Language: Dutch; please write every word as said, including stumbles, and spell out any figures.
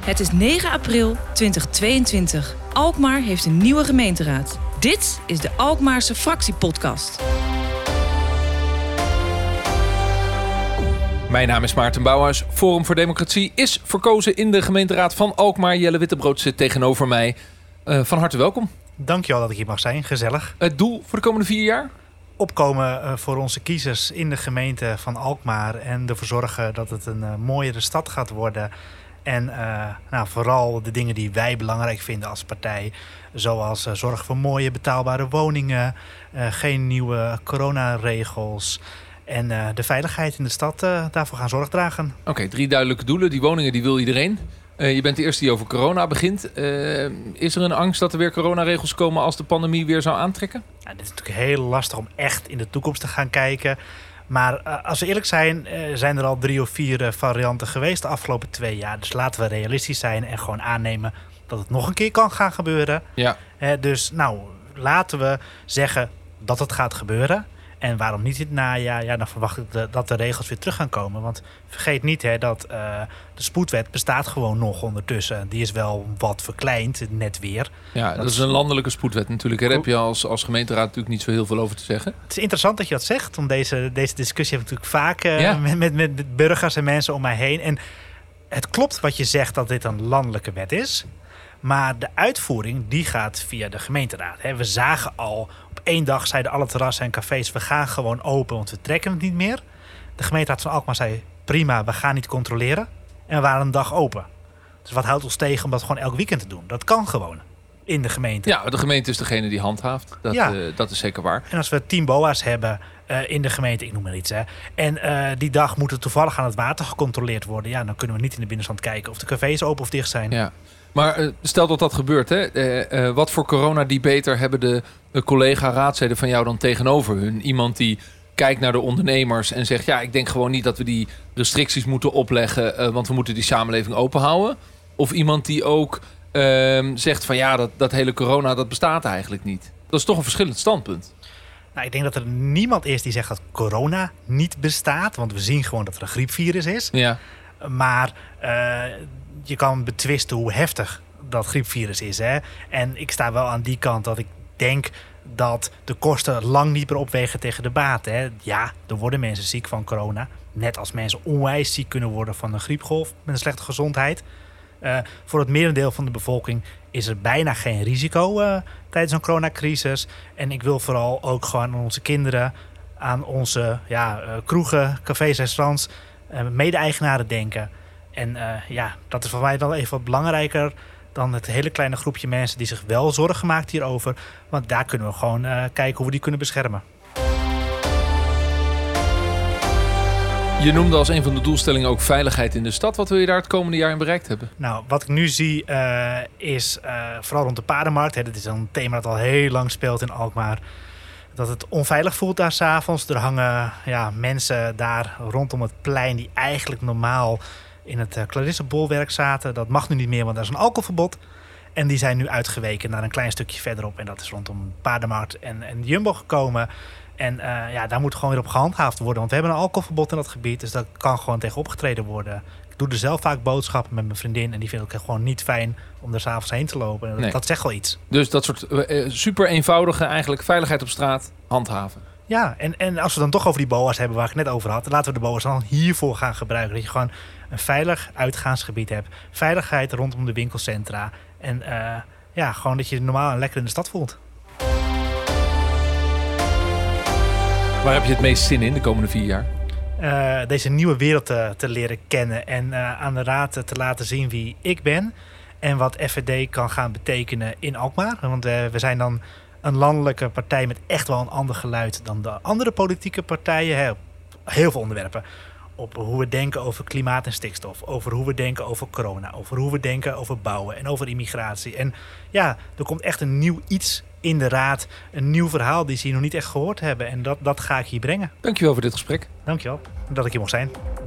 Het is negen april tweeduizend tweeëntwintig. Alkmaar heeft een nieuwe gemeenteraad. Dit is de Alkmaarse Fractiepodcast. Mijn naam is Maarten Bouwhuis. Forum voor Democratie is verkozen in de gemeenteraad van Alkmaar. Jelle Wittebrood zit tegenover mij. Uh, van harte welkom. Dankjewel dat ik hier mag zijn. Gezellig. Het doel voor de komende vier jaar? Opkomen uh, voor onze kiezers in de gemeente van Alkmaar. En ervoor zorgen dat het een uh, mooiere stad gaat worden. En uh, nou, vooral de dingen die wij belangrijk vinden als partij. Zoals uh, zorg voor mooie betaalbare woningen. Uh, geen nieuwe coronaregels. En uh, de veiligheid in de stad, uh, daarvoor gaan zorg dragen. Oké, okay, drie duidelijke doelen. Die woningen die wil iedereen. Uh, je bent de eerste die over corona begint. Uh, is er een angst dat er weer coronaregels komen als de pandemie weer zou aantrekken? Ja, dit is natuurlijk heel lastig om echt in de toekomst te gaan kijken. Maar uh, als we eerlijk zijn, uh, zijn er al drie of vier uh, varianten geweest de afgelopen twee jaar. Dus laten we realistisch zijn en gewoon aannemen dat het nog een keer kan gaan gebeuren. Ja. Uh, dus nou, laten we zeggen dat het gaat gebeuren. En waarom niet in het najaar? Ja, dan verwacht ik de, dat de regels weer terug gaan komen. Want vergeet niet hè, dat uh, de spoedwet bestaat gewoon nog ondertussen. Die is wel wat verkleind, net weer. Ja, dat, dat is een landelijke spoedwet natuurlijk. Daar heb je als, als gemeenteraad natuurlijk niet zo heel veel over te zeggen. Het is interessant dat je dat zegt. Want deze, deze discussie heb ik natuurlijk vaak uh, ja. met, met, met burgers en mensen om mij heen. En het klopt wat je zegt dat dit een landelijke wet is. Maar de uitvoering die gaat via de gemeenteraad. We zagen al, op één dag zeiden alle terrassen en cafés... we gaan gewoon open, want we trekken het niet meer. De gemeenteraad van Alkmaar zei, prima, we gaan niet controleren. En we waren een dag open. Dus wat houdt ons tegen om dat gewoon elk weekend te doen? Dat kan gewoon in de gemeente. Ja, de gemeente is degene die handhaaft. Dat, ja. uh, dat is zeker waar. En als we tien B O A's hebben uh, in de gemeente, ik noem maar iets... Hè, en uh, die dag moet er toevallig aan het water gecontroleerd worden... ja, dan kunnen we niet in de binnenstand kijken of de cafés open of dicht zijn. Ja. Maar uh, stel dat dat gebeurt, hè? Uh, uh, wat voor corona-debater hebben de uh, collega-raadsleden van jou dan tegenover hun? Iemand die kijkt naar de ondernemers en zegt... ja, ik denk gewoon niet dat we die restricties moeten opleggen... Uh, want we moeten die samenleving openhouden. Of iemand die ook uh, zegt van ja, dat, dat hele corona, dat bestaat eigenlijk niet. Dat is toch een verschillend standpunt. Nou, ik denk dat er niemand is die zegt dat corona niet bestaat. Want we zien gewoon dat er een griepvirus is. Ja. Maar... Uh, je kan betwisten hoe heftig dat griepvirus is. Hè? En ik sta wel aan die kant dat ik denk dat de kosten lang niet meer opwegen tegen de baten. Hè? Ja, er worden mensen ziek van corona. Net als mensen onwijs ziek kunnen worden van een griepgolf met een slechte gezondheid. Uh, voor het merendeel van de bevolking is er bijna geen risico uh, tijdens een coronacrisis. En ik wil vooral ook gewoon aan onze kinderen, aan onze ja, uh, kroegen, cafés, restaurants, uh, mede-eigenaren denken. En uh, ja, dat is voor mij dan even wat belangrijker dan het hele kleine groepje mensen die zich wel zorgen maakt hierover. Want daar kunnen we gewoon uh, kijken hoe we die kunnen beschermen. Je noemde als een van de doelstellingen ook veiligheid in de stad. Wat wil je daar het komende jaar in bereikt hebben? Nou, wat ik nu zie uh, is uh, vooral rond de paardenmarkt. Hè, dat is een thema dat al heel lang speelt in Alkmaar. Dat het onveilig voelt daar 's avonds. Er hangen ja, mensen daar rondom het plein die eigenlijk normaal in het uh, Clarissebolwerk zaten. Dat mag nu niet meer, want daar is een alcoholverbod. En die zijn nu uitgeweken naar een klein stukje verderop. En dat is rondom Paardenmarkt en, en Jumbo gekomen. En uh, ja, daar moet gewoon weer op gehandhaafd worden. Want we hebben een alcoholverbod in dat gebied. Dus daar kan gewoon tegen opgetreden worden. Ik doe er zelf vaak boodschappen met mijn vriendin. En die vind ik gewoon niet fijn om er 's avonds heen te lopen. Dat, nee. dat zegt wel iets. Dus dat soort uh, super eenvoudige eigenlijk veiligheid op straat handhaven. Ja, en, en als we dan toch over die B O A's hebben waar ik het net over had... laten we de B O A's dan hiervoor gaan gebruiken. Dat je gewoon een veilig uitgaansgebied hebt. Veiligheid rondom de winkelcentra. En uh, ja, gewoon dat je normaal en lekker in de stad voelt. Waar heb je het meest zin in de komende vier jaar? Uh, deze nieuwe wereld te, te leren kennen. En uh, aan de raad te laten zien wie ik ben. En wat F V D kan gaan betekenen in Alkmaar. Want uh, we zijn dan een landelijke partij met echt wel een ander geluid dan de andere politieke partijen. Hè, op heel veel onderwerpen. Op hoe we denken over klimaat en stikstof. Over hoe we denken over corona. Over hoe we denken over bouwen en over immigratie. En ja, er komt echt een nieuw iets in de raad. Een nieuw verhaal die ze hier nog niet echt gehoord hebben. En dat, dat ga ik hier brengen. Dankjewel voor dit gesprek. Dankjewel dat ik hier mocht zijn.